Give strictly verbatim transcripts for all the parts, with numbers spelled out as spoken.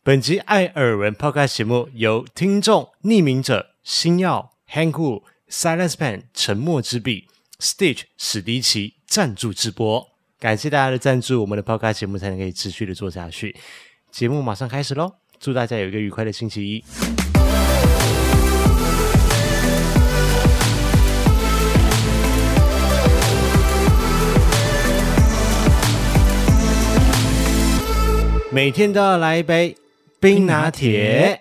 本集艾尔文 Podcast 节目由听众匿名者、星耀、Hanku、Silence Pen 沉默之笔、Stitch 史迪奇赞助直播。感谢大家的赞助，我们的 Podcast 节目才能可以持续的做下去。节目马上开始咯，祝大家有一个愉快的星期一。每天都要来一杯冰拿铁。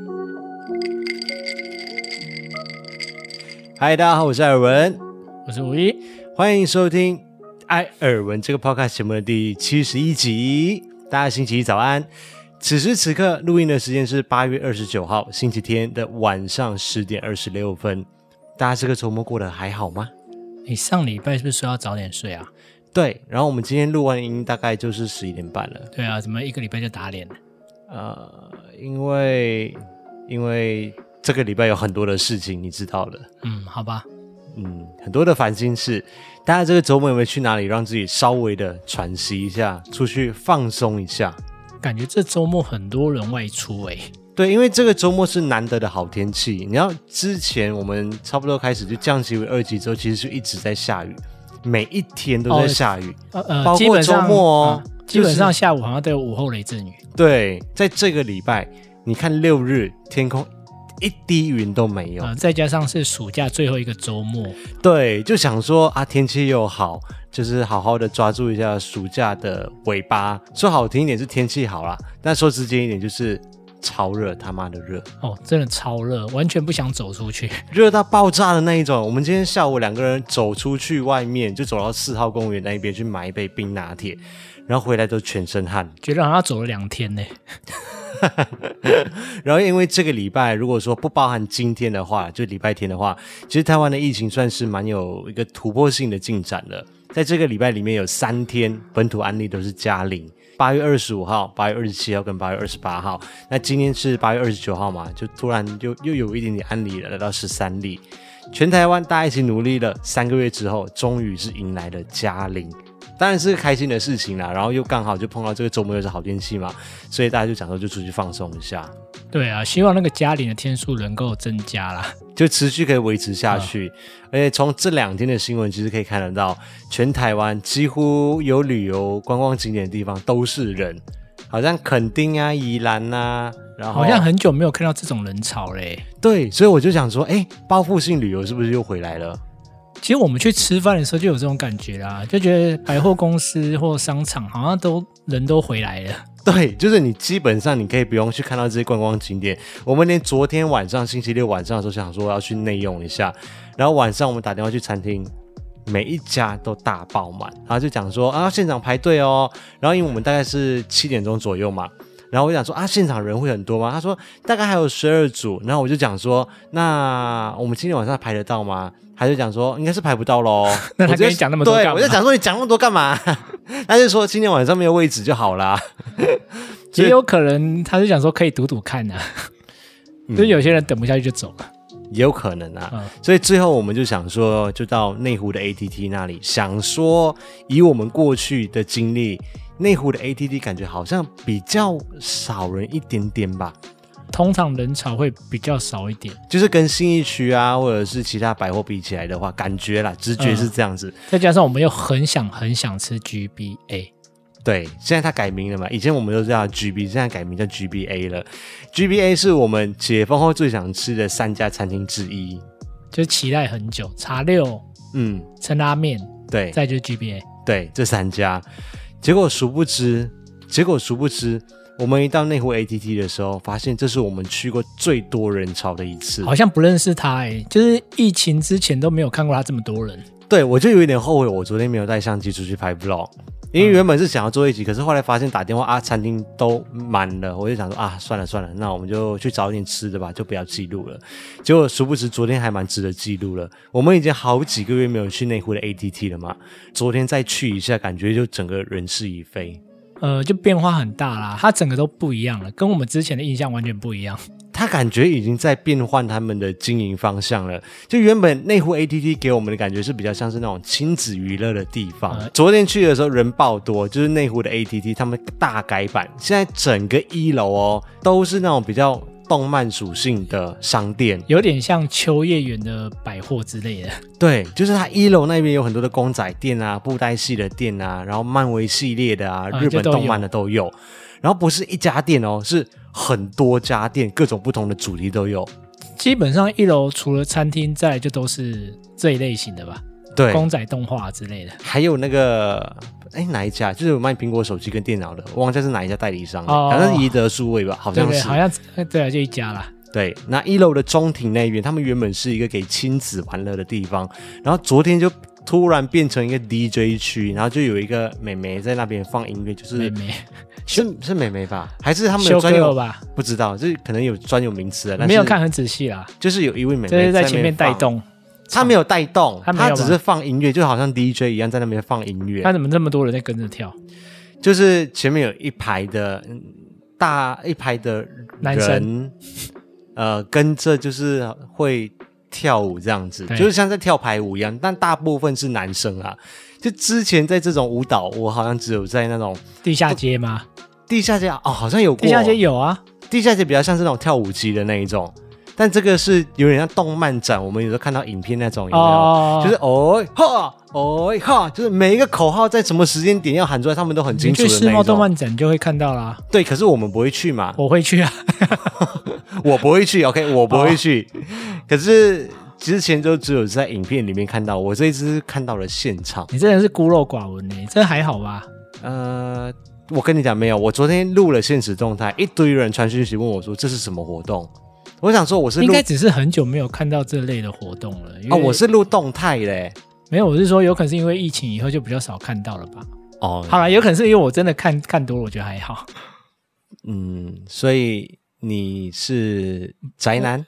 嗨，大家好，我是艾尔文， 我是五一， 欢迎收听艾尔文这个 podcast 节目的第七十一集。大家星期一早安。此时此刻录音的时间是八月二十九号星期天的晚上十点二十六分。大家这个周末过得还好吗？ 你上礼拜是不是说要早点睡啊？ 对，然后我们今天录完音大概就是十一点半了。 对啊，怎么一个礼拜就打脸了？ 呃，因为因为这个礼拜有很多的事情，你知道的。 嗯，好吧。 嗯，很多的烦心事。大家这个周末有没有去哪里让自己稍微的喘息一下，出去放松一下？ 感觉这周末很多人外出诶、欸。 对，因为这个周末是难得的好天气。你要之前我们差不多开始就降级为二级之后，其实就一直在下雨。每一天都在下雨， 哦、呃包括周末哦、 嗯，基本上下午好像都有午后雷阵雨。 对，在这个礼拜，你看六日天空一滴云都没有、 呃，再加上是暑假最后一个周末， 对，就想说啊，天气又好，就是好好的抓住一下暑假的尾巴。说好听一点是天气好啦，但说直接一点就是超热，他妈的热哦，真的超热，完全不想走出去， 热到爆炸的那一种。我们今天下午两个人走出去外面，就走到四号公园那一边去买一杯冰拿铁，然后回来都全身汗， 觉得好像走了两天呢。 然后因为这个礼拜如果说不包含今天的话，就礼拜天的话，其实台湾的疫情算是蛮有一个突破性的进展了。在这个礼拜里面有三天本土案例都是加零，八月二十五号、八月二十七号跟八月二十八号。那今天是八月二十九号嘛，就突然就又有一点点案例了，来到十三例。全台湾大家一起努力了三个月之后，终于是迎来了加零。当然是个开心的事情啦，然后又刚好就碰到这个周末又是好天气嘛，所以大家就想说就出去放松一下。 对啊，希望那个加零的天数能够增加啦， 就持续可以维持下去、哦、而且从这两天的新闻其实可以看得到，全台湾几乎有旅游观光景点的地方都是人，好像垦丁啊、宜兰啊，然后好像很久没有看到这种人潮嘞。 对，所以我就想说，哎，报复性旅游是不是又回来了？ 其实我们去吃饭的时候就有这种感觉啦，就觉得百货公司或商场好像都人都回来了。 对，就是你基本上你可以不用去看到这些观光景点。我们连昨天晚上星期六晚上的时候想说要去内用一下，然后晚上我们打电话去餐厅，每一家都大爆满，然后就讲说啊现场排队哦，然后因为我们大概是七点钟左右嘛，然后我就讲说啊现场人会很多吗？他说大概还有十二组，然后我就讲说那我们今天晚上排得到吗？他就讲说应该是排不到咯。 那他跟你讲那么多干嘛？ 对，我就讲说你讲那么多干嘛？他就说今天晚上没有位置就好啦。 也有可能他就想说可以赌赌看啊，嗯、就是有些人等不下去就走了， 也有可能啊、 嗯。 所以最后我们就想说就到内湖的 A T T 那里，想说以我们过去的经历，内湖的 A T T 感觉好像比较少人一点点吧， 通常人潮会比较少一点， 就是跟信义区啊或者是其他百货比起来的话，感觉啦直觉是这样子、嗯、 再加上我们又很想很想吃 G B A。 对，现在它改名了嘛，以前我们都叫 G B， 现在改名叫 G B A 了。 G B A 是我们解封后最想吃的三家餐厅之一， 就是期待很久，茶六嗯，陈拉面， 对， 再就是 G B A， 对，这三家。结果殊不知结果殊不知我们一到内湖 A T T 的时候，发现这是我们去过最多人潮的一次。 好像不认识他耶，就是疫情之前都没有看过他这么多人。 对，我就有一点后悔我昨天没有带相机出去拍 vlog， 因为原本是想要做一集、嗯、可是后来发现打电话啊餐厅都满了，我就想说啊算了算了，那我们就去找一点吃的吧，就不要记录了。结果殊不知昨天还蛮值得记录了，我们已经好几个月没有去内湖的 A T T 了嘛，昨天再去一下感觉就整个人事已非。 呃，就变化很大啦，它整个都不一样了，跟我们之前的印象完全不一样。 它他感觉已经在变换他们的经营方向了。就原本内湖 A T T 给我们的感觉是比较像是那种亲子娱乐的地方、嗯、昨天去的时候人爆多，就是内湖的 A T T 他们大改版，现在整个一楼哦都是那种比较动漫属性的商店， 有点像秋叶原的百货之类的。 对，就是它一楼那边有很多的公仔店啊，布袋戏的店啊，然后漫威系列的啊、嗯、日本动漫的都有，然后不是一家店哦，是很多家店，各种不同的主题都有。 基本上一楼除了餐厅，再来就都是这一类型的吧， 对， 公仔动画之类的。 还有那个哎哪一家，就是有卖苹果手机跟电脑的，我忘记是哪一家代理商了，哦、好像是宜德数位吧，好像是， 对对，好像对啊，就一家啦。 对，那一楼的中庭那边，他们原本是一个给亲子玩乐的地方，然后昨天就突然变成一个 D J 区，然后就有一个妹妹在那边放音乐，就是妹妹是是妹妹吧，还是他们有专有吧？ 不知道，就是可能有专有名词的，但是没有看很仔细啦。 就是有一位妹妹就是在前面带动， 她没有带动， 她只是放音乐，就好像 D J 一样在那边放音乐。 她怎么这么多人在跟着跳？ 就是前面有一排的大一排的人男生。 呃，跟着就是会跳舞这样子，就是像在跳排舞一样，但大部分是男生啊。就之前在这种舞蹈，我好像只有在那种地下街吗？ 地下街哦，好像有过。 地下街有啊， 地下街比较像是那种跳舞机的那一种，但这个是有点像动漫展，我们有时候看到影片那种，有没有？哦、就是哦哈哦哈，就是每一个口号在什么时间点要喊出来，他们都很清楚的那一种。 你去世贸动漫展就会看到啦。 对，可是我们不会去嘛。 我会去啊。 我不会去 OK 我不会去、哦、可是之前就只有在影片里面看到，我这一次看到了现场。 你真的是孤陋寡闻耶，这还好吧？ 呃我跟你讲没有，我昨天录了限时动态，一堆人传讯息问我说这是什么活动，我想说我是录应该只是很久没有看到这类的活动了啊、哦，我是录动态嘞。 没有，我是说有可能是因为疫情以后就比较少看到了吧。 哦， 好啦，有可能是因为我真的看看多了，我觉得还好。 嗯，所以你是宅男？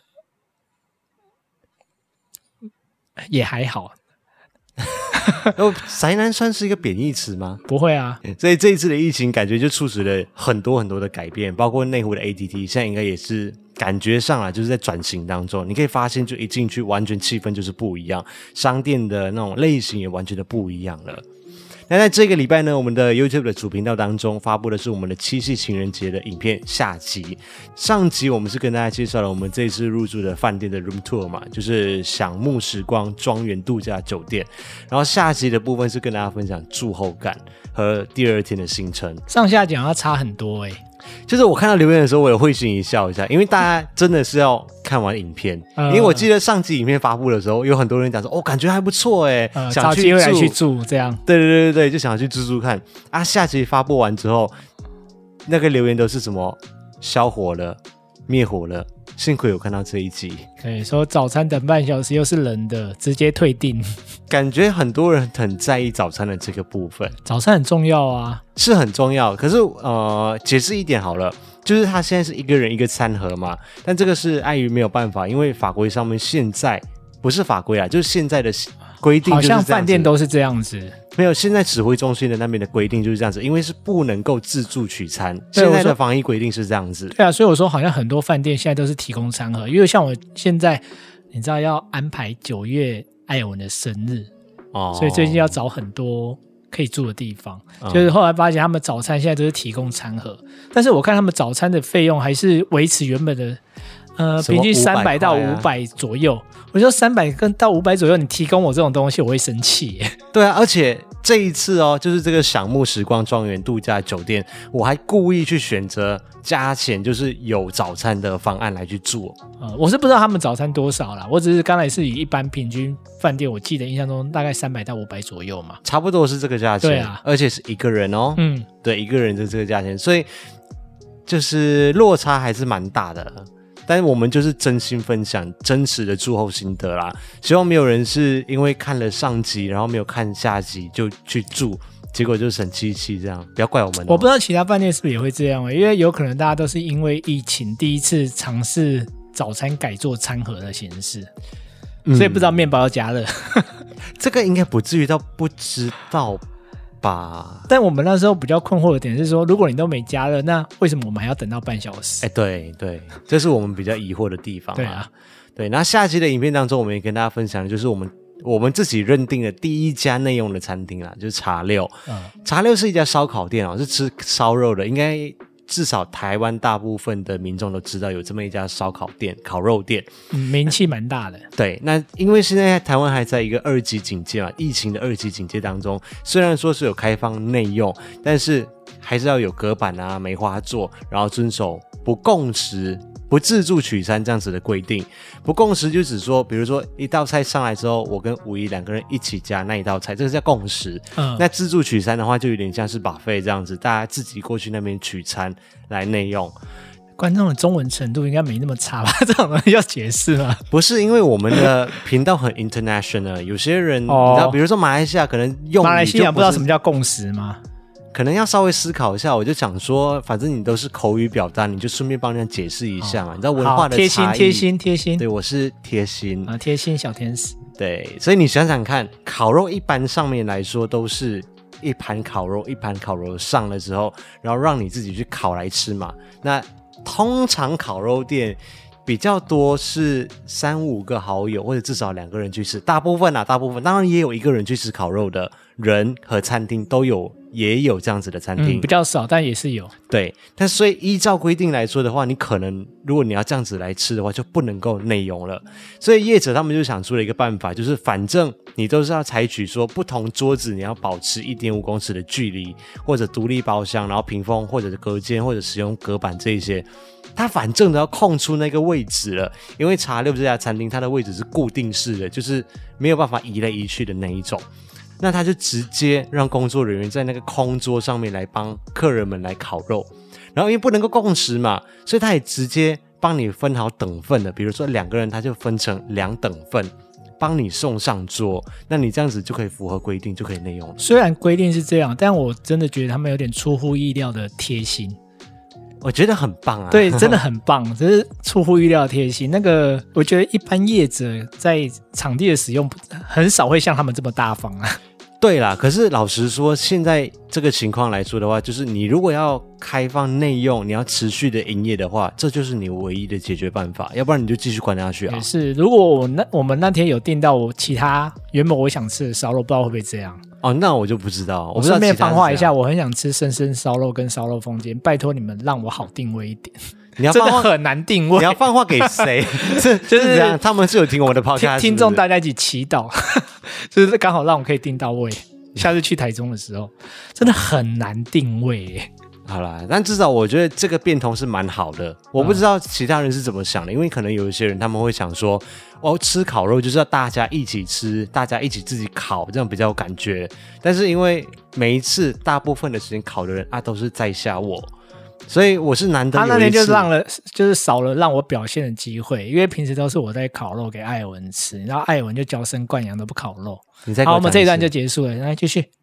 也还好。 哦，宅男算是一个贬义词吗？ 不会啊。 所以这一次的疫情感觉就促使了很多很多的改变，包括内湖的 A T T 现在应该也是感觉上啊，就是在转型当中。你可以发现就一进去完全气氛就是不一样，商店的那种类型也完全的不一样了。那在这个礼拜呢，我们的 YouTube 的主频道当中发布的是我们的七夕情人节的影片下集。上集我们是跟大家介绍了我们这次入住的饭店的 room tour 嘛，就是享沐时光庄园度假酒店。然后下集的部分是跟大家分享住后感和第二天的行程。 上下讲要差很多欸。 就是我看到留言的时候，我有会心一笑一下，因为大家真的是要看完影片，嗯、因为我记得上集影片发布的时候，有很多人讲说，哦，感觉还不错哎、 嗯， 想去住， 找机会来去住这样。 对对对对，就想要去住住看啊。下集发布完之后，那个留言都是什么消火了、灭火了，幸亏有看到这一集。 对，说早餐等半小时又是冷的，直接退订。 感觉很多人很在意早餐的这个部分， 早餐很重要啊， 是很重要。可是呃，解释一点好了，就是他现在是一个人一个餐盒嘛，但这个是碍于没有办法，因为法规上面现在不是法规啊，就是现在的规定就是这样子， 好像饭店都是这样子。 没有，现在指挥中心的那边的规定就是这样子，因为是不能够自助取餐，现在的防疫规定是这样子。 对啊，所以我说好像很多饭店现在都是提供餐盒，因为像我现在你知道要安排九月艾尔文的生日、哦、所以最近要找很多可以住的地方、嗯、就是后来发现他们早餐现在都是提供餐盒，但是我看他们早餐的费用还是维持原本的呃，平均三百到五百左右。我说三百跟到五百左右，你提供我这种东西，我会生气耶。 对啊，而且这一次哦，就是这个享沐时光庄园度假酒店，我还故意去选择加钱，就是有早餐的方案来去住。 呃，我是不知道他们早餐多少啦，我只是刚才是以一般平均饭店，我记得印象中大概三百到五百左右嘛， 差不多是这个价钱。 对啊， 而且是一个人哦。 嗯， 对，一个人的这个价钱，所以就是落差还是蛮大的。但是我们就是真心分享真实的住后心得啦，希望没有人是因为看了上集然后没有看下集就去住，结果就省七七这样，不要怪我们、哦。 我不知道其他饭店是不是也会这样、欸、因为有可能大家都是因为疫情第一次尝试早餐改做餐盒的形式、嗯、所以不知道面包要加热。 这个应该不至于到不知道吧。 但我们那时候比较困惑的点是说，如果你都没加热，那为什么我们还要等到半小时？ 哎，对对，这是我们比较疑惑的地方、啊。 对啊， 对。那下期的影片当中，我们也跟大家分享的就是我们我们自己认定的第一家内用的餐厅啦，就是茶六。嗯，茶六是一家烧烤店哦，是吃烧肉的，应该至少台湾大部分的民众都知道有这么一家烧烤店、烤肉店， 嗯，名气蛮大的。 对，那因为现在台湾还在一个二级警戒嘛，疫情的二级警戒当中，虽然说是有开放内用，但是还是要有隔板啊、梅花座，然后遵守不共食、不自助取餐这样子的规定。不共食就只说，比如说一道菜上来之后，我跟五一两个人一起加那一道菜，这个叫共食。嗯，那自助取餐的话，就有点像是 buffet 这样子，大家自己过去那边取餐来内用。 观众的中文程度应该没那么差吧？这种东西要解释吗？ 不是，因为我们的频道很 international， 有些人、哦、你知道，比如说马来西亚可能用马来西亚不知道什么叫共识吗？ 可能要稍微思考一下。我就想说，反正你都是口语表达，你就顺便帮人家解释一下嘛。哦、你知道文化的差异，贴心贴心贴心。 对，我是贴心啊，贴心小天使。 对，所以你想想看，烤肉一般上面来说都是一盘烤肉一盘烤肉上了之后，然后让你自己去烤来吃嘛。那通常烤肉店比较多是三五个好友，或者至少两个人去吃，大部分啊，大部分当然也有一个人去吃烤肉的人和餐厅都有，也有这样子的餐厅、 嗯、比较少，但也是有。 对，但所以依照规定来说的话，你可能如果你要这样子来吃的话，就不能够内用了。所以业者他们就想出了一个办法，就是反正你都是要采取说不同桌子你要保持 一点五公尺的距离，或者独立包厢，然后屏风或者是隔间，或者使用隔板这一些，他反正都要空出那个位置了。因为茶六这家餐厅它的位置是固定式的，就是没有办法移来移去的那一种，那他就直接让工作人员在那个空桌上面来帮客人们来烤肉，然后因为不能够共食嘛，所以他也直接帮你分好等份的，比如说两个人他就分成两等份帮你送上桌，那你这样子就可以符合规定，就可以内用了。 虽然规定是这样，但我真的觉得他们有点出乎意料的贴心。 我觉得很棒啊， 对，真的很棒，只是出乎意料的贴心。那个我觉得一般业者在场地的使用很少会像他们这么大方啊。 对啦，可是老实说，现在这个情况来说的话，就是你如果要开放内用，你要持续的营业的话，这就是你唯一的解决办法，要不然你就继续关下去啊。 也是，如果我那我们那天有订到我其他原本我想吃的烧肉，不知道会不会这样。 哦，那我就不知道。 我顺便放话一下，我很想吃生生烧肉跟烧肉风间，拜托你们让我好定位一点。 你要放真的很难定位， 你要放话给谁？是就是这样，他们是有听我的 podcast， 听众大家一起祈祷，就是刚好让我可以定到位。下次去台中的时候，真的很难定位耶。 好啦，但至少我觉得这个变通是蛮好的。我不知道其他人是怎么想的，因为可能有一些人他们会想说，哦，吃烤肉就是要大家一起吃，大家一起自己烤，这样比较有感觉。但是因为每一次大部分的时间烤的人啊都是在下我，所以我是难得有一次。他那天就让了，就是少了让我表现的机会，因为平时都是我在烤肉给艾文吃，然后艾文就娇生惯养都不烤肉。 你再好，我们这一段就结束了，来继续。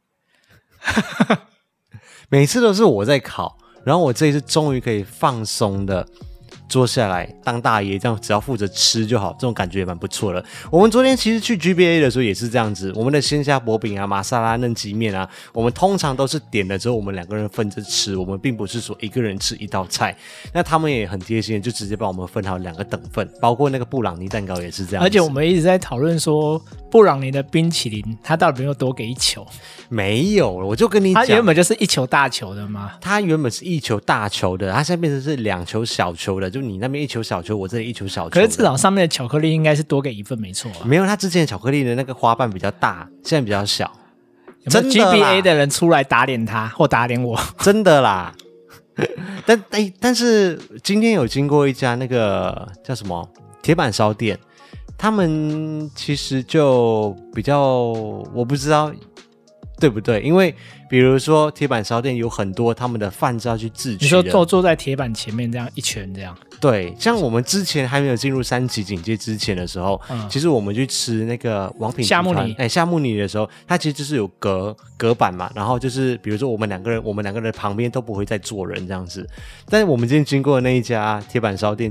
每次都是我在烤，然后我这一次终于可以放松的坐下来当大爷，这样只要负责吃就好，这种感觉也蛮不错的。我们昨天其实去 G B A 的时候也是这样子，我们的鲜虾薄饼啊、玛莎拉嫩鸡面啊，我们通常都是点了之后我们两个人分着吃，我们并不是说一个人吃一道菜。那他们也很贴心，就直接帮我们分好两个等份，包括那个布朗尼蛋糕也是这样子。 而且我们一直在讨论说布朗尼的冰淇淋它到底有没有多给一球？ 没有，我就跟你讲， 它原本就是一球大球的嘛。 它原本是一球大球的，它现在变成是两球小球的，就你那边一球小球，我这里一球小球。 可是至少上面的巧克力应该是多给一份，没错啊。 没有，它之前的巧克力的那个花瓣比较大，现在比较小。真的 G B A 的人出来打脸他或打脸我， 真的啦。但但但是今天有经过一家那个叫什么铁板烧店，他们其实就比较我不知道对不对，因为比如说铁板烧店有很多他们的饭是要去自取的， 你说坐坐在铁板前面这样一圈这样。 对，像我们之前还没有进入三级警戒之前的时候、嗯、其实我们去吃那个王品夏目里， 哎，夏目里的时候，它其实就是有隔隔板嘛，然后就是比如说我们两个人，我们两个人旁边都不会再坐人这样子。但是我们今天经过的那一家铁板烧店，就是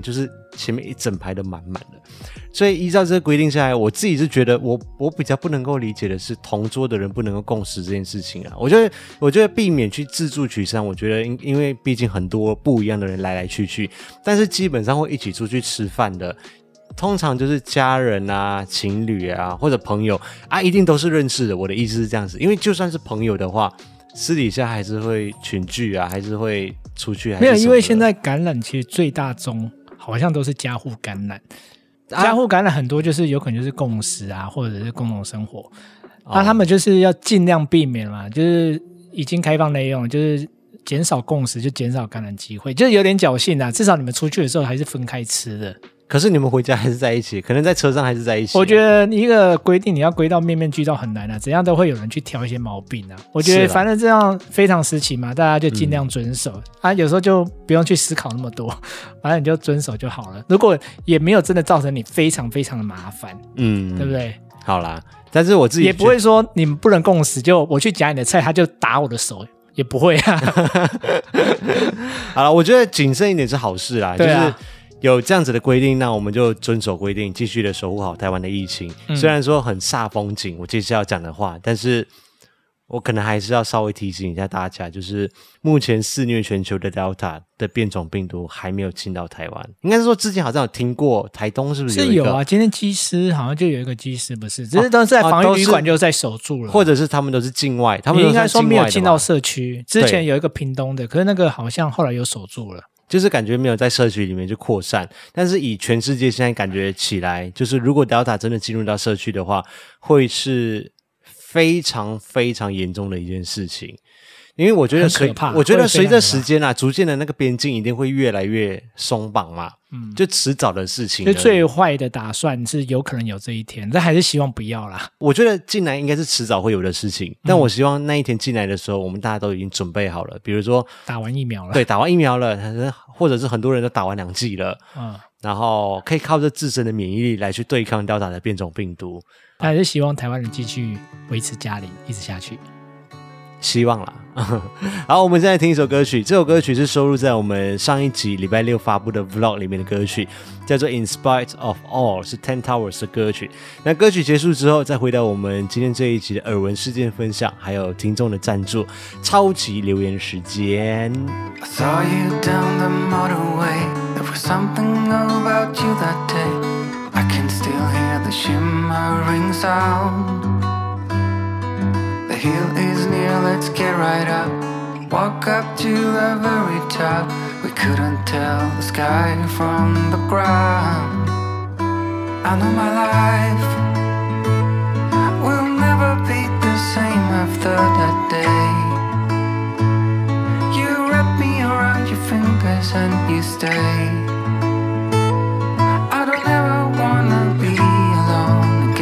前面一整排都满满的。所以依照这个规定下来，我自己是觉得我我比较不能够理解的是同桌的人不能够共识这件事情啊。我觉得我觉得避免去自助取餐，我觉得因因为毕竟很多不一样的人来来去去，但是基本上会一起出去吃饭的，通常就是家人啊、情侣啊或者朋友啊，一定都是认识的。我的意思是这样子，因为就算是朋友的话，私底下还是会群聚啊，还是会出去还是什么的。 没有，因为现在感染其实最大宗好像都是家户感染。家户感染很多就是有可能就是共识啊，或者是共同生活，那、哦啊、他们就是要尽量避免嘛，就是已经开放内用，就是减少共识，就减少感染机会，就是有点侥幸啊。至少你们出去的时候还是分开吃的。 可是你们回家还是在一起，可能在车上还是在一起。 我觉得一个规定你要归到面面俱到很难啊，怎样都会有人去挑一些毛病啊。我觉得反正这样非常时期嘛，大家就尽量遵守、嗯、啊，有时候就不用去思考那么多，反正你就遵守就好了。如果也没有真的造成你非常非常的麻烦，嗯，对不对？ 好啦，但是我自己也不会说你们不能共识，就我去夹你的菜，他就打我的手。也不会啊。 好了，我觉得谨慎一点是好事啦， 对啊， 就是有这样子的规定，那我们就遵守规定，继续的守护好台湾的疫情、嗯、虽然说很煞风景我接下来要讲的话，但是我可能还是要稍微提醒一下大家，就是目前肆虐全球的 Delta 的变种病毒还没有进到台湾。应该是说之前好像有听过台东是不是有一个？ 是有啊，今天机师好像就有一个机师，不是，只是都是在防疫旅馆就在守住了、 哦、或者是他们都是境外，他们都是境外的，你应该说没有进到社区。之前有一个屏东的，可是那个好像后来有守住了， 就是感觉没有在社区里面就扩散。但是以全世界现在感觉起来，就是如果 Delta 真的进入到社区的话，会是非常非常严重的一件事情。因为我觉得随我觉得随着时间啊，逐渐的那个边境一定会越来越松绑嘛，嗯，就迟早的事情。 就最坏的打算是有可能有这一天，但还是希望不要啦。 我觉得进来应该是迟早会有的事情，但我希望那一天进来的时候，我们大家都已经准备好了，比如说打完疫苗了， 对，打完疫苗了，或者是很多人都打完两剂了，嗯，然后可以靠着自身的免疫力来去对抗Delta的变种病毒。 还是希望台湾人继续维持嘉玲一直下去。 希望啦。好，我们现在听一首歌曲，这首歌曲是收录在我们上一集礼拜六发布的 vlog 里面的歌曲，叫做 In Spite of All， 是 Ten Towers 的歌曲。那歌曲结束之后，再回到我们今天这一集的耳闻事件分享，还有听众的赞助，超级留言时间。 I saw you down the motorway. There was something about you that day. I can still hear the shimmering sound.The hill is near, let's get right up. Walk up to the very top. We couldn't tell the sky from the ground. I know my life will never be the same after that day. You wrap me around your fingers and you stay. I don't ever wanna be alone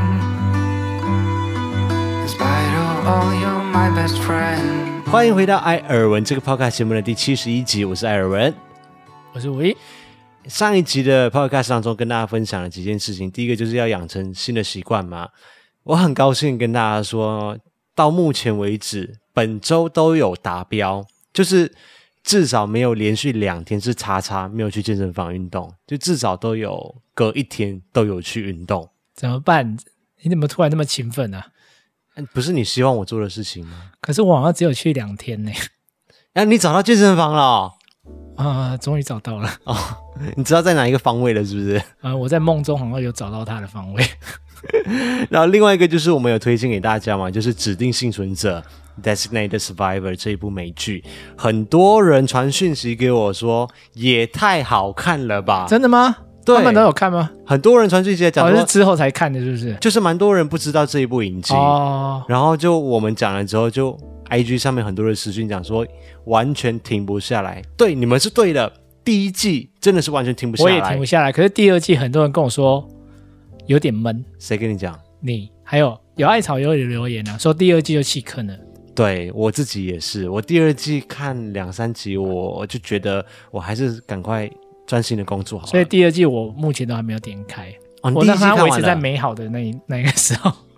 again.Oh, you're my best friend. 欢迎回到艾尔文这个 podcast 节目的第七十一集，我是艾尔文， 我是吴一。 上一集的 podcast 当中跟大家分享了几件事情，第一个就是要养成新的习惯嘛。我很高兴跟大家说，到目前为止本周都有达标，就是至少没有连续两天是叉叉没有去健身房运动，就至少都有隔一天都有去运动。 怎么办？你怎么突然那么勤奋啊？ 不是你希望我做的事情吗？ 可是我好像只有去两天呢。 啊，你找到健身房了哦？ 啊，终于找到了哦！你知道在哪一个方位了是不是？ 啊，我在梦中好像有找到它的方位。 然后另外一个就是我们有推荐给大家嘛，就是指定幸存者 Designated Survivor 这一部美剧，很多人传讯息给我说也太好看了吧。 真的吗？ 对， 他们都有看吗？ 很多人传讯息讲说、 哦、是之后才看的是不是？ 就是蛮多人不知道这一部影集、哦、然后就我们讲了之后，就 I G 上面很多人私讯讲说完全停不下来。对，你们是对的，第一季真的是完全停不下来， 我也停不下来。可是第二季很多人跟我说有点闷。 谁跟你讲？ 你还有有艾草有留言啊，说第二季就弃坑了。 对，我自己也是，我第二季看两三集，我就觉得我还是赶快专心的工作好了。 所以第二季我目前都还没有点开、哦、我让它维持在美好的那一那个时候。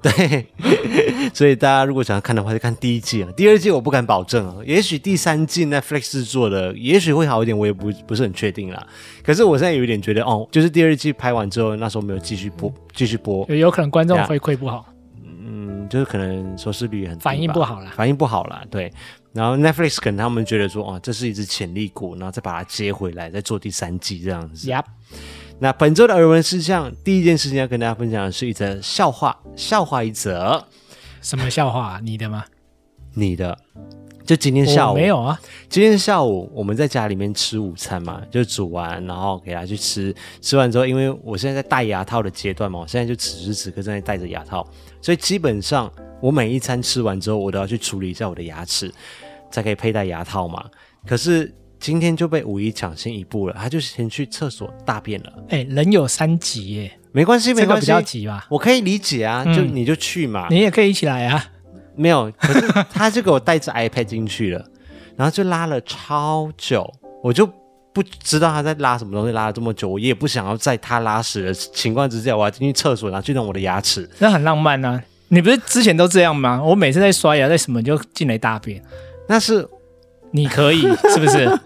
对，所以大家如果想要看的话，就看第一季啊。第二季我不敢保证啊，也许第三季 Netflix 制作的，也许会好一点，我也不不是很确定啦。可是我现在有一点觉得，哦，就是第二季拍完之后，那时候没有继续播，继续播， 有可能观众回馈不好， 嗯，就是可能收视率很低吧， 反应不好啦， 反应不好啦，对。然后 Netflix 可能他们觉得说，哦，这是一只潜力股，然后再把它接回来，再做第三季这样子。 Yep。 那本周的耳闻事项，第一件事情要跟大家分享的是一则笑话，笑话一则。 什么笑话、啊？你的吗？ 你的。就今天下午、 哦、没有啊。 今天下午我们在家里面吃午餐嘛，就煮完，然后给他去吃。吃完之后，因为我现在在戴牙套的阶段嘛，我现在就此时此刻正在戴着牙套，所以基本上我每一餐吃完之后，我都要去处理一下我的牙齿，才可以佩戴牙套嘛。可是今天就被五一抢先一步了，他就先去厕所大便了。 哎、欸，人有三急耶， 没关系，没关系， 这个比较急吧， 我可以理解啊， 嗯、 就你就去嘛， 你也可以一起来啊。 没有，可是他就给我带着 iPad 进去了，然后就拉了超久，我就不知道他在拉什么东西，拉了这么久，我也不想要在他拉屎的情况之下，我要进去厕所，然后去弄我的牙齿， 那很浪漫啊！你不是之前都这样吗？我每次在刷牙，在什么就进来大便， 那是。 你可以是不是？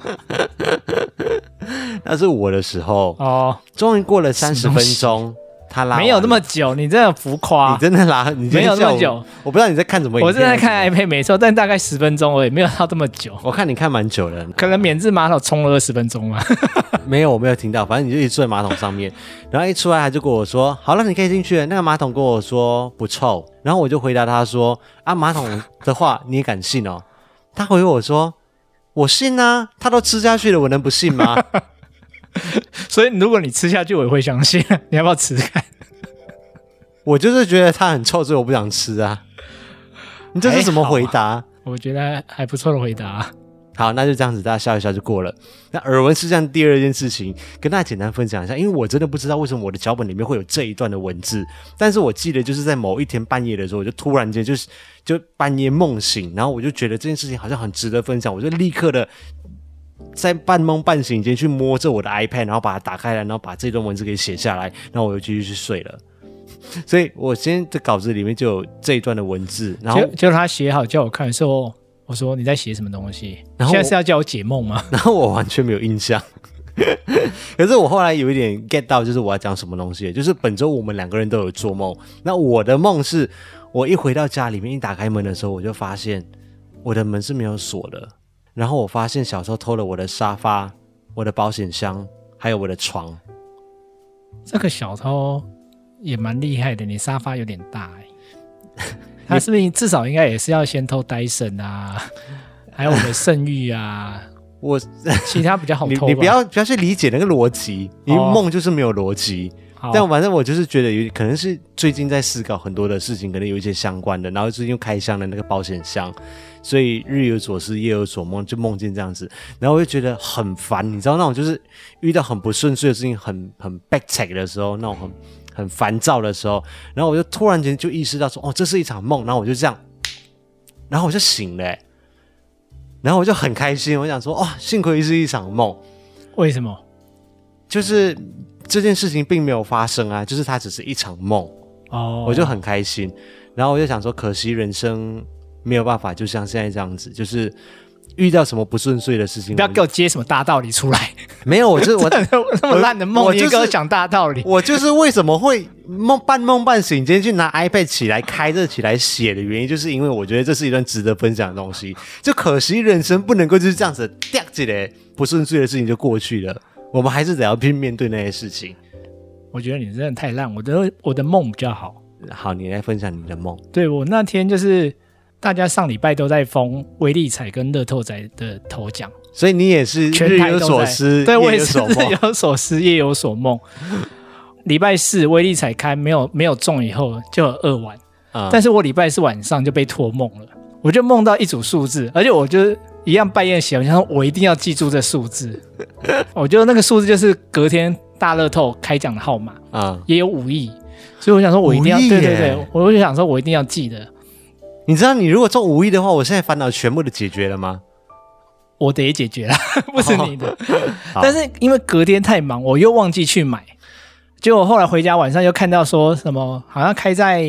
那是我的时候哦。 终于过了三十分钟，他拉没有那么久，你真的浮夸。 你真的拉，你没有那么久。 我不知道你在看什么影片。 我正在看 iPad 没错，但大概十分钟而已，没有到这么久。 我看你看蛮久的， 可能免治马桶冲了二十分钟啊。 没有，我没有听到，反正你就一直坐在马桶上面，然后一出来他就跟我说：“好了，你可以进去了。”那个马桶跟我说不臭，然后我就回答他说：“啊，马桶的话你也敢信哦？”他回我说。我信啊，他都吃下去了，我能不信吗？ 所以如果你吃下去，我也会相信。你要不要吃看？ 我就是觉得它很臭，所以我不想吃啊。你这是什么回答？啊、 我觉得还不错的回答。 好，那就这样子，大家笑一笑就过了。那耳闻事项第二件事情，跟大家简单分享一下，因为我真的不知道为什么我的脚本里面会有这一段的文字，但是我记得就是在某一天半夜的时候，我就突然间就是就半夜梦醒，然后我就觉得这件事情好像很值得分享，我就立刻的在半梦半醒间去摸着我的 iPad， 然后把它打开来，然后把这段文字给写下来，然后我就继续去睡了。所以我今天的稿子里面就有这一段的文字，然后就就他写好叫我看的时候。我说你在写什么东西？然后现在是要叫我解梦吗？ 然后我完全没有印象。可是我后来有一点 get 到，就是我要讲什么东西，就是本周我们两个人都有做梦。那我的梦是，我一回到家里面，一打开门的时候，我就发现我的门是没有锁的。然后我发现小偷偷了我的沙发、我的保险箱，还有我的床。 这个小偷也蛮厉害的，你沙发有点大哎、欸。他是不是至少应该也是要先偷Dyson啊，还有我的圣域啊？ 我其他比较好偷吧。 你你不要不要去理解那个逻辑，因为梦就是没有逻辑。哦、但反正我就是觉得有可能是最近在思考很多的事情，可能有一些相关的，然后最近又开箱了那个保险箱，所以日有所思夜有所梦，就梦见这样子，然后我就觉得很烦，你知道那种就是遇到很不顺遂的事情，很很 backtrack 的时候，那种很。很烦躁的时候，然后我就突然间就意识到说，哦，这是一场梦，然后我就这样，然后我就醒了，然后我就很开心，我想说，哦，幸亏是一场梦。 为什么？ 就是这件事情并没有发生啊，就是它只是一场梦。哦，我就很开心，然后我就想说，可惜人生没有办法，就像现在这样子，就是遇到什么不顺遂的事情， 不要给我接什么大道理出来。 没有，我就是我那么烂的梦，你也给我讲大道理。 我就是为什么会梦半梦半醒，今天去拿 iPad 起来开着起来写的原因，就是因为我觉得这是一段值得分享的东西。就可惜人生不能够就是这样子掉起来，不顺遂的事情就过去了，我们还是得要去面对那些事情。 我觉得你真的太烂，我的我的梦比较好。 好，你来分享你的梦。 对，我那天就是大家上礼拜都在封威力彩跟乐透彩的头奖， 所以你也是日有所思， 对，我也是日有所思，夜有所梦。礼拜四威力彩开没有没有中以后就有二晚、嗯，但是我礼拜四晚上就被托梦了，我就梦到一组数字，而且我就一样半夜写，我想说我一定要记住这数字，我觉得那个数字就是隔天大乐透开奖的号码，嗯，也有五亿，所以我想说我一定要，对对对，我就想说我一定要记得。 你知道你如果中五亿的话，我现在烦恼全部都解决了吗？ 我的也解决了，不是你的。哦、但是因为隔天太忙，我又忘记去买。结果后来回家晚上又看到说什么，好像开在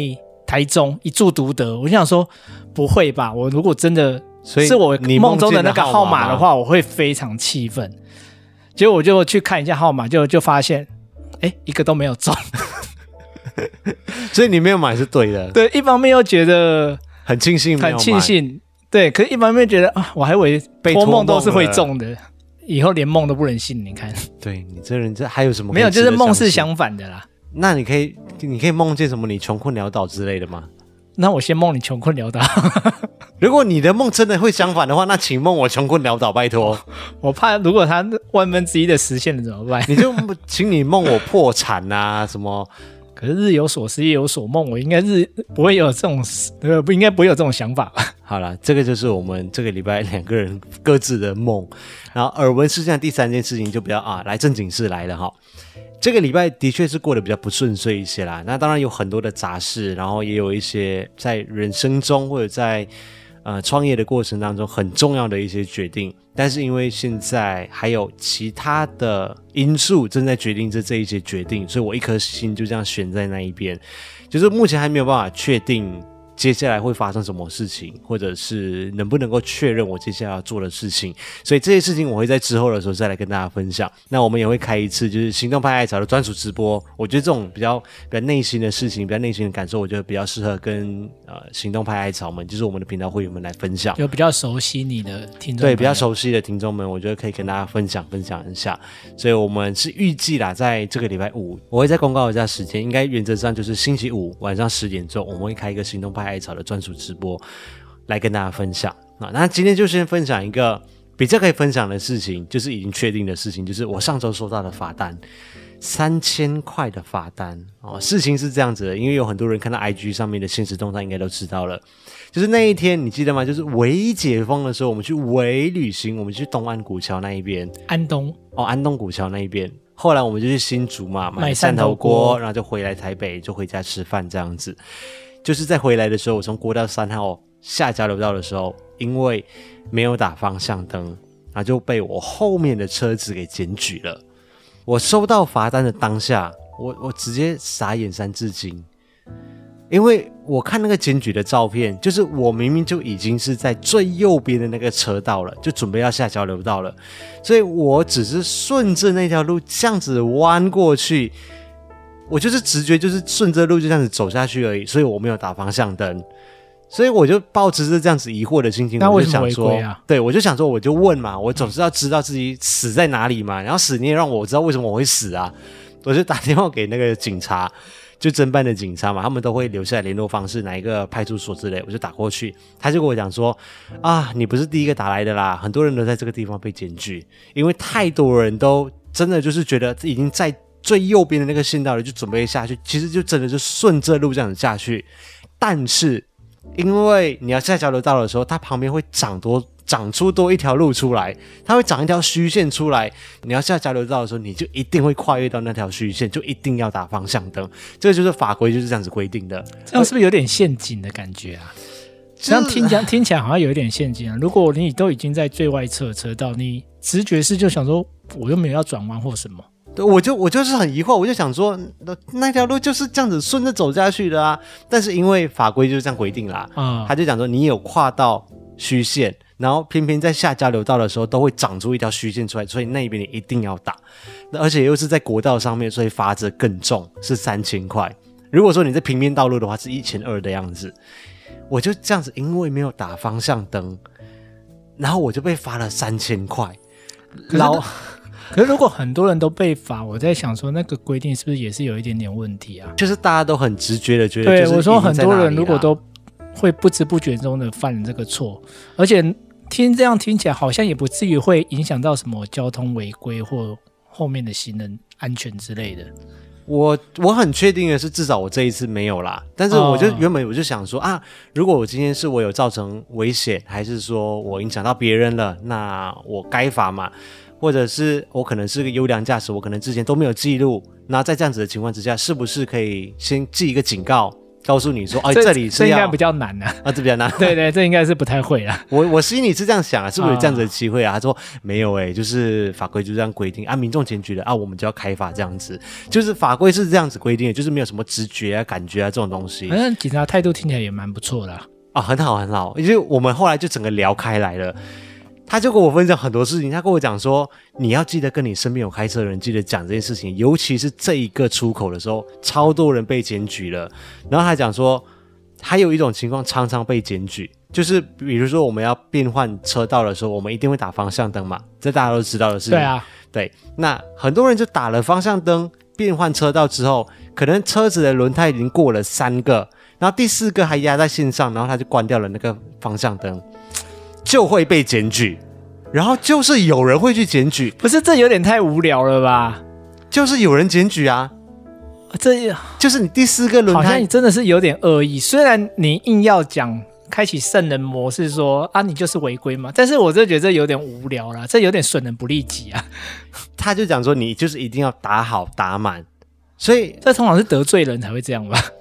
台中一注独得，我就想说不会吧，我如果真的所以是我梦中的那个号码码的话，我会非常气愤。结果我就去看一下号码，就就发现哎，一个都没有中。 所以你没有买是对的。 对，一方面又觉得很庆幸没有买， 很庆幸，对，可是一方面觉得啊，我还以为托梦都是会中的，以后连梦都不能信。你看， 对你这人这还有什么可以没有？就是梦是相相反的啦。 那你可以，你可以梦见什么？你穷困潦倒之类的吗？ 那我先梦你穷困潦倒。 如果你的梦真的会相反的话，那请梦我穷困潦倒，拜托。 我怕如果他万分之一的实现了怎么办？ 你就请你梦我破产啊什么。 可是日有所思夜有所梦，我应该是不会有这种，呃，不应该不会有这种想法吧？ 好了，这个就是我们这个礼拜两个人各自的梦。然后耳闻事项第三件事情就比较啊，来正经事来了哈。这个礼拜的确是过得比较不顺遂一些啦。那当然有很多的杂事，然后也有一些在人生中或者在呃创业的过程当中很重要的一些决定。但是因为现在还有其他的因素正在决定着这一些决定，所以我一颗心就这样悬在那一边，就是目前还没有办法确定接下来会发生什么事情，或者是能不能够确认我接下来要做的事情，所以这些事情我会在之后的时候再来跟大家分享。那我们也会开一次就是行动派艾草的专属直播，我觉得这种比较比较内心的事情，比较内心的感受，我觉得比较适合跟呃行动派艾草们，就是我们的频道会员们来分享， 就比较熟悉你的听众， 对，比较熟悉的听众们，我觉得可以跟大家分享分享一下。所以我们是预计啦，在这个礼拜五，我会再公告一下时间，应该原则上就是星期五晚上十点钟，我们会开一个行动派艾草的专属直播来跟大家分享。那今天就先分享一个比较可以分享的事情，就是已经确定的事情，就是我上周收到的罚单，三千块的罚单哦。事情是这样子的，因为有很多人看到 I G 上面的限时动态应该都知道了，就是那一天你记得吗？就是微解封的时候，我们去微旅行，我们去东岸古桥那一边， 安东哦，安东古桥那一边。后来我们就去新竹嘛，买汕头锅，然后就回来台北，就回家吃饭这样子。就是在回来的时候，我从国道三号下交流道的时候，因为没有打方向灯，然后就被我后面的车子给检举了。我收到罚单的当下，我我直接傻眼三字经，因为我看那个检举的照片，就是我明明就已经是在最右边的那个车道了，就准备要下交流道了，所以我只是顺着那条路这样子弯过去。我就是直觉就是顺着路就这样子走下去而已，所以我没有打方向灯，所以我就抱持着这样子疑惑的心情， 那为什么我就想说， 违规啊？ 对，我就想说，我就问嘛，我总是要知道自己死在哪里嘛，然后死你也让我知道为什么我会死啊，我就打电话给那个警察，就侦办的警察嘛，他们都会留下来联络方式，哪一个派出所之类，我就打过去，他就跟我讲说，啊，你不是第一个打来的啦，很多人都在这个地方被检举，因为太多人都真的就是觉得已经在最右边的那个线道里就准备下去，其实就真的就顺着路这样子下去，但是因为你要下交流道的时候，它旁边会长多长出多一条路出来，它会长一条虚线出来，你要下交流道的时候，你就一定会跨越到那条虚线，就一定要打方向灯，这个就是法规就是这样子规定的。 这样是不是有点陷阱的感觉啊？这样听起来听起来好像有一点陷阱啊！如果你都已经在最外侧车道，你直觉是就想说，我又没有要转弯或什么。 对，我就我就是很疑惑，我就想说，那条路就是这样子顺着走下去的啊。但是因为法规就是这样规定啦，嗯，他就讲说你有跨到虚线，然后偏偏在下交流道的时候都会长出一条虚线出来，所以那边你一定要打，而且又是在国道上面，所以罚则更重，是三千块。如果说你在平面道路的话，是一千二的样子。我就这样子，因为没有打方向灯，然后我就被罚了三千块。然后。 可是如果很多人都被罚，我在想说那个规定是不是也是有一点点问题啊？ 就是大家都很直觉的觉得， 对，我说很多人如果都会不知不觉中的犯了这个错，而且听这样听起来好像也不至于会影响到什么交通违规或后面的行人安全之类的。 我我很确定的是，至少我这一次没有啦。但是我就、哦、原本我就想说啊，如果我今天是我有造成危险，还是说我影响到别人了，那我该罚嘛。或者是我可能是个优良驾驶，我可能之前都没有记录，那在这样子的情况之下，是不是可以先记一个警告， 告诉你说，哦，这里是这应该比较难啊， 啊，这比较难， 对对，这应该是不太会啦。 我我心里是这样想啊，是不是有这样子的机会啊？他说没有哎、欸，就是法规就这样规定啊，民众检举了啊，我们就要开罚这样子，就是法规是这样子规定的，就是没有什么直觉啊、感觉啊这种东西。 反正警察态度听起来也蛮不错的啊， 啊很好很好，因为我们后来就整个聊开来了。他就跟我分享很多事情，他跟我讲说，你要记得跟你身边有开车的人记得讲这件事情，尤其是这一个出口的时候，超多人被检举了。然后他讲说，还有一种情况常常被检举，就是比如说我们要变换车道的时候，我们一定会打方向灯嘛，这大家都知道的事情。 对啊， 对。那很多人就打了方向灯，变换车道之后，可能车子的轮胎已经过了三个，然后第四个还压在线上，然后他就关掉了那个方向灯。就会被检举，然后就是有人会去检举， 不是这有点太无聊了吧？ 就是有人检举啊， 这就是你第四个轮胎， 好像你真的是有点恶意。虽然你硬要讲开启圣人模式说啊，你就是违规嘛，但是我真的觉得这有点无聊啦，这有点损人不利己啊。 他就讲说你就是一定要打好打满，所以这通常是得罪人才会这样吧。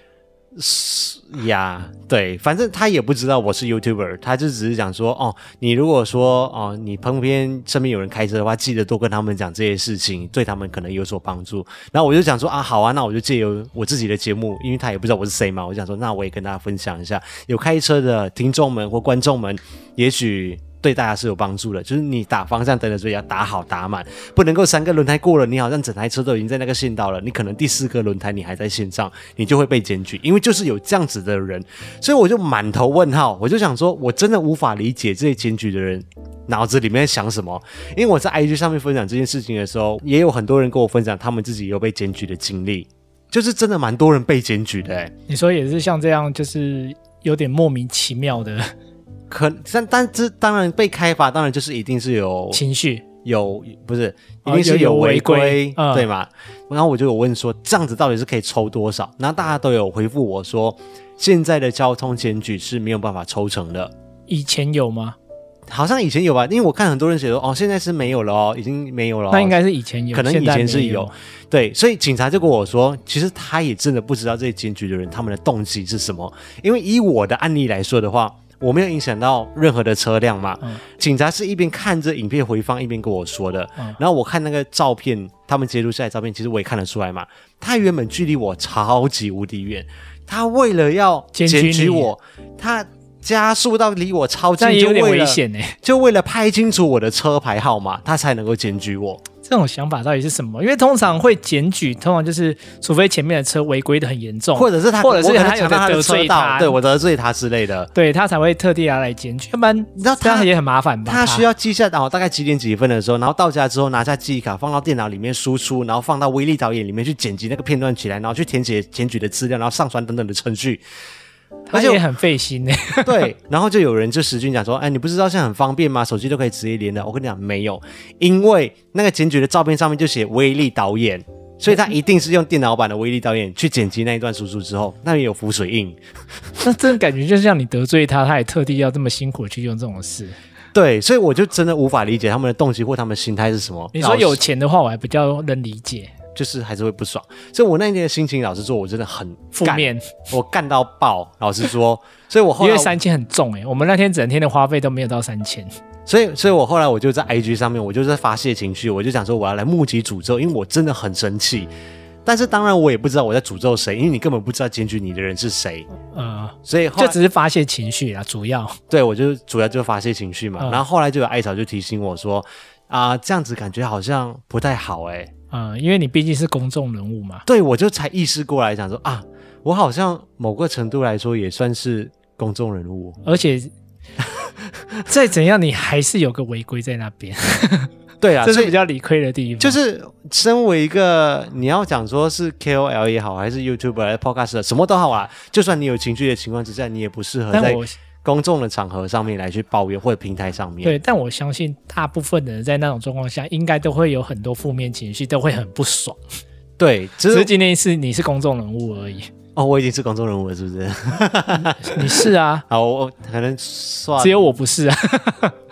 呀，对，反正他也不知道我是 YouTuber， 他就只是讲说，哦，你如果说，哦，你旁边身边有人开车的话，记得多跟他们讲这些事情，对他们可能有所帮助。然后我就讲说，啊，好啊，那我就借由我自己的节目，因为他也不知道我是谁嘛，我就想说，那我也跟大家分享一下，有开车的听众们或观众们，也许对大家是有帮助的，就是你打方向灯的时候要打好打满，不能够三个轮胎过了，你好像整台车都已经在那个线道了，你可能第四个轮胎你还在线上，你就会被检举，因为就是有这样子的人，所以我就满头问号，我就想说，我真的无法理解这些检举的人脑子里面在想什么。因为我在 I G 上面分享这件事情的时候，也有很多人跟我分享他们自己有被检举的经历，就是真的蛮多人被检举的、欸。你说也是像这样，就是有点莫名其妙的。 可但但这当然被开罚，当然就是一定是有情绪， 有不是一定是有违规、哦、有有违规、嗯、对吗？然后我就有问说，这样子到底是可以抽多少？然后大家都有回复我说，现在的交通检举是没有办法抽成的。 以前有吗？ 好像以前有吧，因为我看很多人写说，哦，现在是没有了哦，已经没有了、哦。 那应该是以前有， 可能以前是有。 有对，所以警察就跟我说，其实他也真的不知道这些检举的人他们的动机是什么。因为以我的案例来说的话，我没有影响到任何的车辆嘛、嗯、警察是一边看着影片回放一边跟我说的、嗯、然后我看那个照片，他们截录下来的照片，其实我也看得出来嘛，他原本距离我超级无敌远，他为了要检举我，他加速到离我超近， 这有点危险耶， 就为了拍清楚我的车牌号码，他才能够检举我。 这种想法到底是什么？因为通常会检举，通常就是除非前面的车违规的很严重， 或者是他， 或者是他有他得罪他， 对我得罪他之类的， 对他才会特地来检举。要不然你知道这样也很麻烦吧？ 他需要记下哦，大概几点几分的时候，然后到家之后拿下记忆卡，放到电脑里面输出，然后放到威力导演里面去剪辑那个片段起来，然后去填写检举的资料，然后上传等等的程序。 他也很费心耶。 对，然后就有人就时军讲说，哎，你不知道现在很方便吗？手机都可以直接连的。我跟你讲，没有，因为那个检举的照片上面就写威力导演，所以他一定是用电脑版的威力导演去剪辑那一段输出之后，那也有浮水印。 那这种感觉就像你得罪他，他也特地要这么辛苦去用这种事。 对，所以我就真的无法理解他们的动机或他们的心态是什么。 你说有钱的话，我还比较能理解。 就是还是会不爽，所以我那天的心情，老实说，我真的很负面， 我干到爆。老实说，所以我后来因为三千很重哎、欸，我们那天整天的花费都没有到三千， 所以，所以我后来我就在 I G 上面，我就在发泄情绪，我就讲说我要来募集诅咒，因为我真的很生气。但是当然我也不知道我在诅咒谁，因为你根本不知道检举你的人是谁，呃，所以后就只是发泄情绪啦，主要对我就主要就发泄情绪嘛。嗯、然后后来就有艾草就提醒我说啊、呃，这样子感觉好像不太好哎、欸。 嗯，因为你毕竟是公众人物嘛。 对，我就才意识过来，想说啊，我好像某个程度来说也算是公众人物， 而且再怎样，你还是有个违规在那边。 对啊， 这是比较理亏的地方。 就是身为一个，你要讲说是 K O L 也好，还是 YouTuber 还是 Podcast 什么都好啊，就算你有情绪的情况之下，你也不适合在公众的场合上面来去抱怨，或者平台上面。 对，但我相信大部分的人在那种状况下，应该都会有很多负面情绪，都会很不爽。 对， 只是今天是你是公众人物而已。 哦，我已经是公众人物了，是不是？ 你是啊。 好，我可能算只有我不是啊。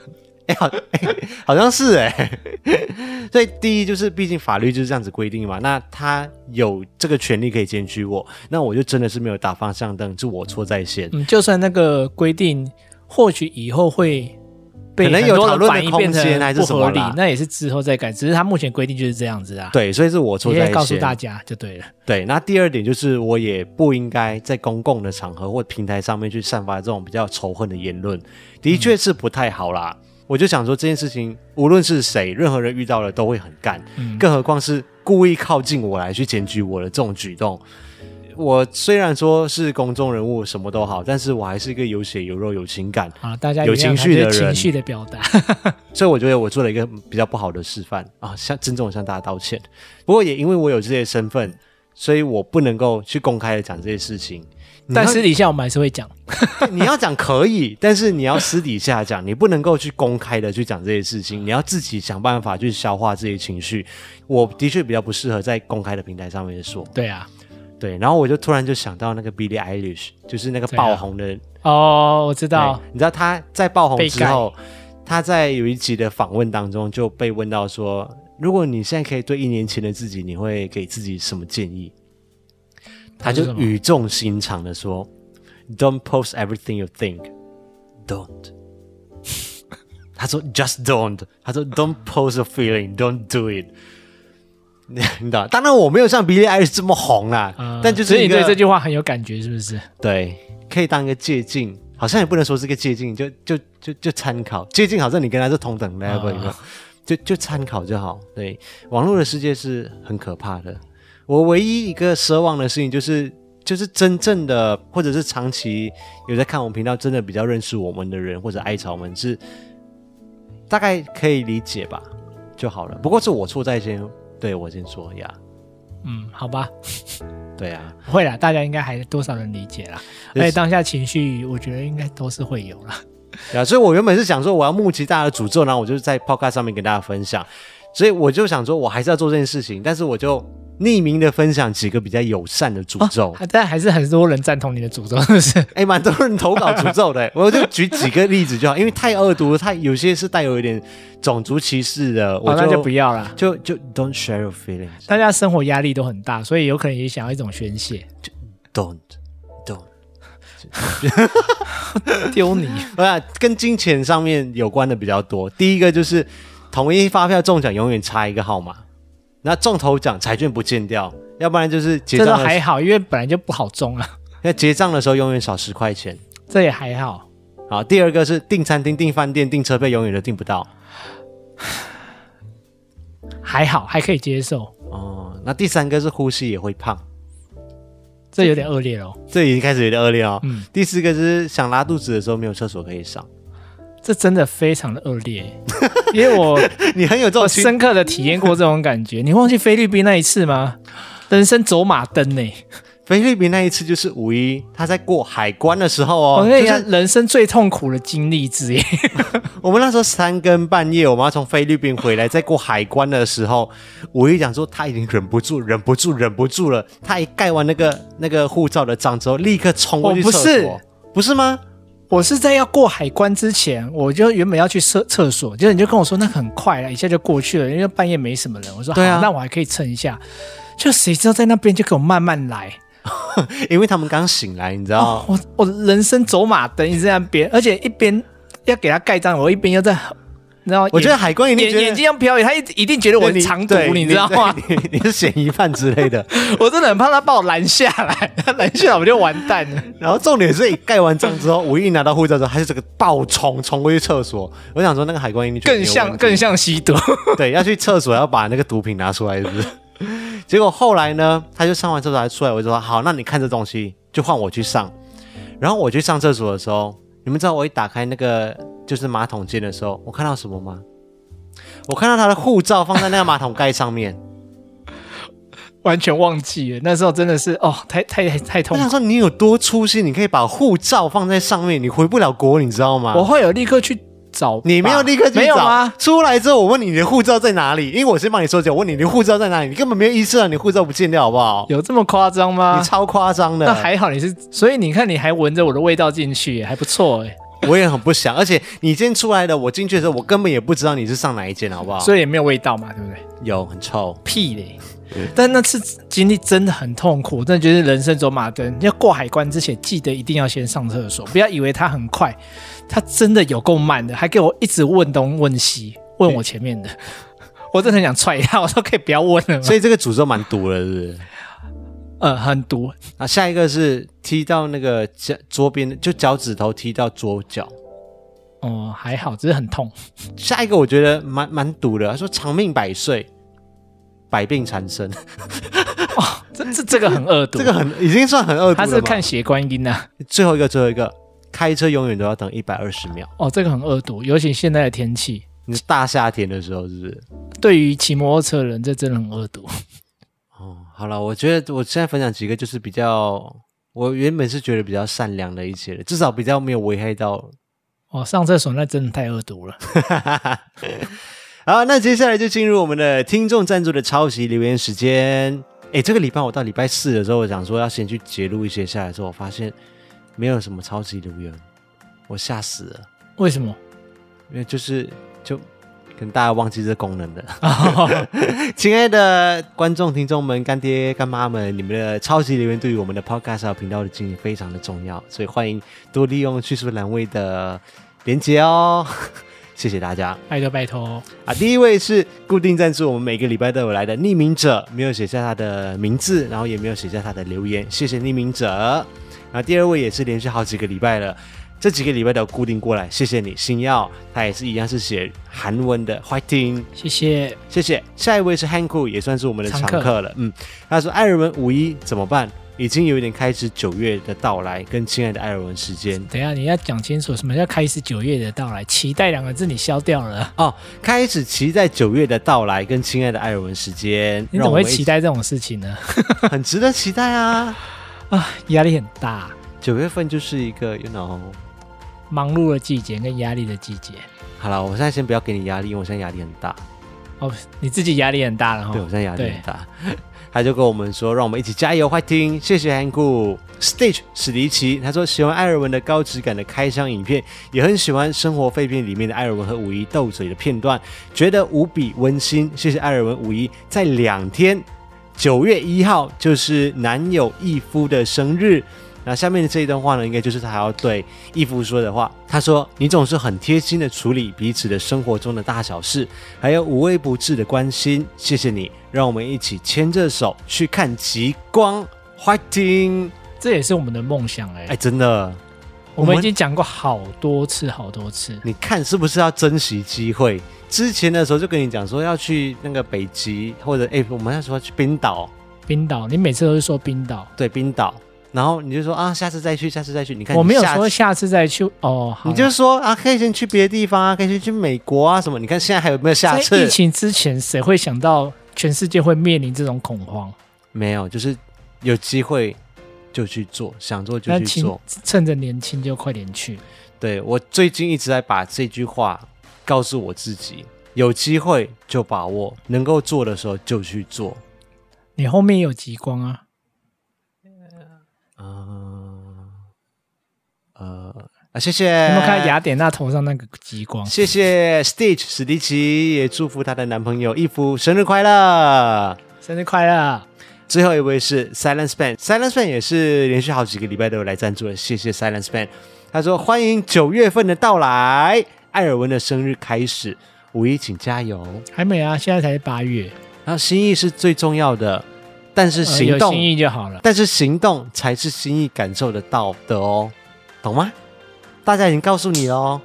哎、欸，好，欸，好像是哎、欸。所以第一就是，毕竟法律就是这样子规定嘛，那他有这个权利可以检举我，那我就真的是没有打方向灯，是我错在先。 嗯，就算那个规定，或许以后会被可能有讨论的空间还是什么啦，那也是之后再改，只是他目前规定就是这样子啊。 对，所以是我错在先， 告诉大家就对了。 对，那第二点就是，我也不应该在公共的场合或平台上面去散发这种比较仇恨的言论，的确是不太好啦。嗯，我就想说这件事情无论是谁任何人遇到了都会很干，嗯，更何况是故意靠近我来去检举我的这种举动。我虽然说是公众人物什么都好，但是我还是一个有血有肉有情感啊，大家有情绪的人， 情绪的表达所以我觉得我做了一个比较不好的示范啊，向郑重向大家道歉。不过也因为我有这些身份，所以我不能够去公开的讲这些事情， 但私底下我们还是会讲你要讲可以，但是你要私底下讲，你不能够去公开的去讲这些事情，你要自己想办法去消化这些情绪。我的确比较不适合在公开的平台上面说。 对啊， 对，然后我就突然就想到那个 Billie Eilish， 就是那个爆红的哦，我知道， 你知道他在爆红之后，他在有一集的访问当中就被问到说，如果你现在可以对一年前的自己，你会给自己什么建议？他就语重心长的说 Don't post everything you think Don't 他说 Just don't 他说 Don't post a feeling Don't do it 你知道，当然我没有像 Billie Eilish 这么红啦，呃、但就是所以你对这句话很有感觉是不是？ 对，可以当一个借鉴，好像也不能说是个借鉴，就就就就参考，借鉴好像你跟他是同等 level，、呃、就就参考就好。对，网络的世界是很可怕的。我唯一一个奢望的事情就是，就是真正的或者是长期有在看我们频道，真的比较认识我们的人或者爱草们是大概可以理解吧就好了。不过是我错在先，对我先说呀。 嗯，好吧。 对啊， 会啦，大家应该还多少人理解啦。而且当下情绪，我觉得应该都是会有啦。 对啊，所以我原本是想说我要募集大家的诅咒，然后我就在 podcast 上面跟大家分享。所以我就想说，我还是要做这件事情，但是我就匿名的分享几个比较友善的诅咒， 哦、但还是很多人赞同你的诅咒，是不是？ 哎，蛮多人投稿诅咒的，我就举几个例子就好，因为太恶毒了，太有些是带有一点种族歧视的，我就、 哦、那就不要了， 就就 don't share your feelings。 大家生活压力都很大，所以有可能也想要一种宣泄。 don't don't 丢你！ 跟金钱上面有关的比较多。第一个就是统一发票中奖永远差一个号码。那中头奖彩券不见掉，要不然就是结账的这都还好，因为本来就不好中啊。 那结账的时候永远少十块钱， 这也还好。 好，第二个是订餐厅、订饭店、订车票永远都订不到， 还好，还可以接受。 哦，那第三个是呼吸也会胖， 这有点恶劣了。 这已经开始有点恶劣哦。 嗯。 第四个是想拉肚子的时候没有厕所可以上。 这真的非常的恶劣，因为我你很有这种我深刻的体验过这种感觉。你忘记菲律宾那一次吗？人生走马灯呢、欸？ 菲律宾那一次就是五一他在过海关的时候哦， 我跟你讲，人生最痛苦的经历之一。 我们那时候三更半夜，我们要从菲律宾回来，在过海关的时候，五一讲说他已经忍不住、忍不住、忍不住了。他一盖完那个那个护照的章之后，立刻冲过去厕所。不是，不是吗？ 我是在要过海关之前，我就原本要去厕厕所，结果你就跟我说那很快了，一下就过去了，因为半夜没什么人。我说好，啊、那我还可以撑一下。就谁知道在那边就给我慢慢来， 因为他们刚醒来，你知道、 哦、我我人生走马灯一直在那边，而且一边要给他盖章，我一边又在。然后我觉得海关一定觉得眼睛要瞟，他一定觉得我藏毒，你知道吗？ 你, 你, 你是嫌疑犯之类的， 我真的很怕他把我拦下来，他拦下来我就完蛋了。 然后重点是，一盖完章之后，我一拿到护照之后，他就这个暴冲冲过去厕所。我想说，那个海关一定觉得更像更像吸毒， 对，要去厕所要把那个毒品拿出来，是不是？结果后来呢，他就上完厕所还出来，我就说好，那你看这东西，就换我去上。然后我去上厕所的时候，你们知道我一打开那个就是马桶键的时候，我看到什么吗？我看到他的护照放在那个马桶盖上面， 完全忘记了。那时候真的是哦，太太太痛苦。 我想说你有多粗心，你可以把护照放在上面，你回不了国，你知道吗？ 我会有立刻去找， 你没有立刻去找， 没有吗？ 出来之后我问你你的护照在哪里，因为我先帮你收集，我问你你的护照在哪里，你根本没有意识到你护照不见掉，好不好？ 有这么夸张吗？ 你超夸张的。 那还好你是，所以你看你还闻着我的味道进去，还不错哎。 我也很不想，而且你今天出来的，我进去的时候，我根本也不知道你是上哪一间，好不好？ 所以也没有味道嘛，对不对？ 有，很臭， 屁嘞！但那次经历真的很痛苦，真的觉得人生走马灯。要过海关之前，记得一定要先上厕所，不要以为它很快，它真的有够慢的，还给我一直问东问西，问我前面的，我真的很想踹他，我说可以不要问了吗？ 所以这个诅咒蛮毒的，是不是？ 呃，很毒。 啊，下一个是踢到那个脚桌边，就脚趾头踢到桌角。 哦，还好，只是很痛。 下一个我觉得蛮蛮毒的，他说长命百岁。百病缠身， 哦，这这这个很恶毒， 这个很已经算很恶毒了。 他是看血观音啊。 最后一个，最后一个，开车永远都要等一百二十秒。 哦，这个很恶毒，尤其现在的天气， 你是大夏天的时候，是不是？ 对于骑摩托车的人，这真的很恶毒。 哦，好了，我觉得我现在分享几个就是比较，我原本是觉得比较善良的一些的，至少比较没有危害到。 哦，上厕所那真的太恶毒了。 好，那接下来就进入我们的听众赞助的抄袭留言时间。诶，这个礼拜我到礼拜四的时候，我想说要先去截录一些下来之后，我发现没有什么抄袭留言，我吓死了。 为什么？ 因为就是就可能大家忘记这功能了。亲爱的观众、听众们、干爹、干妈们，你们的抄袭留言对于我们的 podcast 和频道的经营非常的重要，所以欢迎多利用叙述栏位的连结哦。谢谢大家， 拜托拜托啊！第一位是固定赞助，我们每个礼拜都有来的匿名者，没有写下他的名字，然后也没有写下他的留言，谢谢匿名者。然后第二位也是连续好几个礼拜了，这几个礼拜都有固定过来，谢谢你，星耀，他也是一样是写韩文的 ，Fighting， 谢谢谢谢。下一位是 Hanku， 也算是我们的常客了，嗯，他说艾尔文五一怎么办？已经有一点开始九月的到来，跟亲爱的艾尔文时间。 等一下，你要讲清楚什么叫开始九月的到来？期待两个字你消掉了哦。开始期待九月的到来，跟亲爱的艾尔文时间。 你怎么会期待这种事情呢？ 很值得期待啊！ 啊，压力很大。 九月份就是一个 ，you know， 忙碌的季节跟压力的季节。 好了，我现在先不要给你压力，因为我现在压力很大。 哦，你自己压力很大了哈。 对，我现在压力很大。他就跟我们说，让我们一起加油，快听！谢谢韩顾 Stage 史迪奇，他说喜欢艾尔文的高质感的开箱影片，也很喜欢生活废片里面的艾尔文和五一斗嘴的片段，觉得无比温馨。谢谢艾尔文五一，在两天，九月一号就是男友义夫的生日。那下面的这一段话呢，应该就是他还要对义夫说的话。他说：“你总是很贴心的处理彼此的生活中的大小事，还有无微不至的关心。谢谢你，让我们一起牵着手去看极光 ，Fighting！” 这也是我们的梦想哎、欸！ 哎，真的， 我们已经讲过好多次，好多次。 你看是不是要珍惜机会？之前的时候就跟你讲说要去那个北极，或者哎，我们那时候要去冰岛。 冰岛，你每次都是说冰岛， 对，冰岛。然后你就说啊，下次再去，下次再去。你看， 我没有说下次再去哦。 你就说啊，可以先去别的地方啊，可以先去美国啊什么。你看现在还有没有下次？ 在疫情之前，谁会想到全世界会面临这种恐慌？ 没有，就是有机会就去做，想做就去做。 趁着年轻就快点去。 对，我最近一直在把这句话告诉我自己：有机会就把握，能够做的时候就去做。 你后面有极光啊？ 呃啊，谢谢！ 有没有看雅典娜头上那个极光？ 谢谢 Stitch 史迪奇，也祝福她的男朋友义夫生日快乐， 生日快乐！ 最后一位是 Silence Band，Silence Band 也是连续好几个礼拜都有来赞助了，谢谢 Silence Band。他说欢迎九月份的到来，艾尔文的生日开始，五一请加油！ 还没啊，现在才是八月。 然后心意是最重要的，但是行动、 呃、有心意就好了， 但是行动才是心意感受得到的哦。懂吗？大家已经告诉你了哦。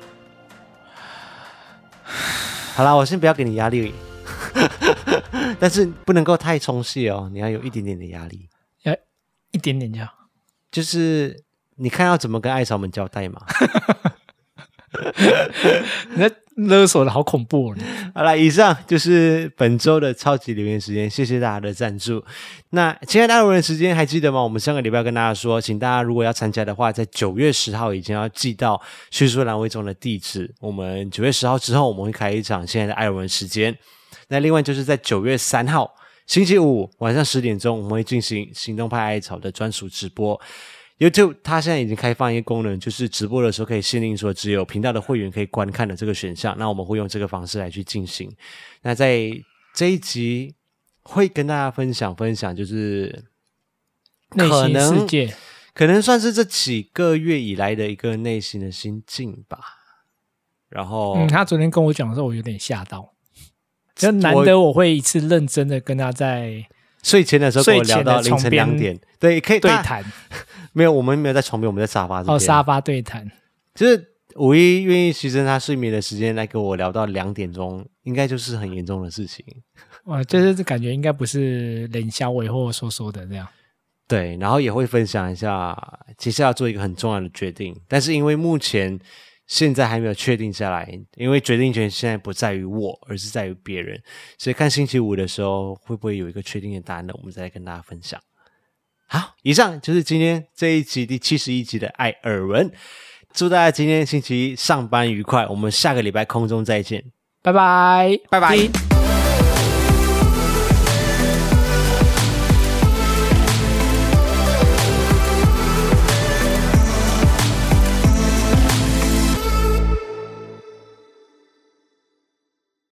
好啦，我先不要给你压力，但是不能够太充泄哦，你要有一点点的压力， 要一点点就好。 就是你看要怎么跟艾草们交代嘛。 你在勒索的好恐怖哦！ 好了，以上就是本周的超级留言时间，谢谢大家的赞助。那亲爱的艾尔文的时间还记得吗？我们上个礼拜跟大家说，请大家如果要参加的话，在九月十号已经要寄到叙述栏位中的地址。我们九月十号之后，我们会开一场现在的艾尔文时间。那另外就是在九月三号星期五晚上十点钟，我们会进行行动派艾草的专属直播。 YouTube 它现在已经开放一个功能，就是直播的时候可以限定说只有频道的会员可以观看的这个选项，那我们会用这个方式来去进行。那在这一集会跟大家分享分享就是内心世界， 可能算是这几个月以来的一个内心的心境吧。然后嗯，他昨天跟我讲的时候我有点吓到，就难得我会一次认真的跟他在睡前的时候跟我聊到凌晨两点，对，可以对谈。 没有，我们没有在床边，我们在沙发这边。 哦，沙发对谈， 就是五一愿意牺牲他睡眠的时间来跟我聊到两点钟，应该就是很严重的事情。 哇，就是感觉应该不是冷笑话或说说的这样。 对，然后也会分享一下接下来要做一个很重要的决定，但是因为目前现在还没有确定下来，因为决定权现在不在于我，而是在于别人，所以看星期五的时候会不会有一个确定的答案呢？我们再来跟大家分享。好，以上就是今天这一集第七十一集的艾尔文，祝大家今天星期一上班愉快，我们下个礼拜空中再见， 拜拜， 拜拜。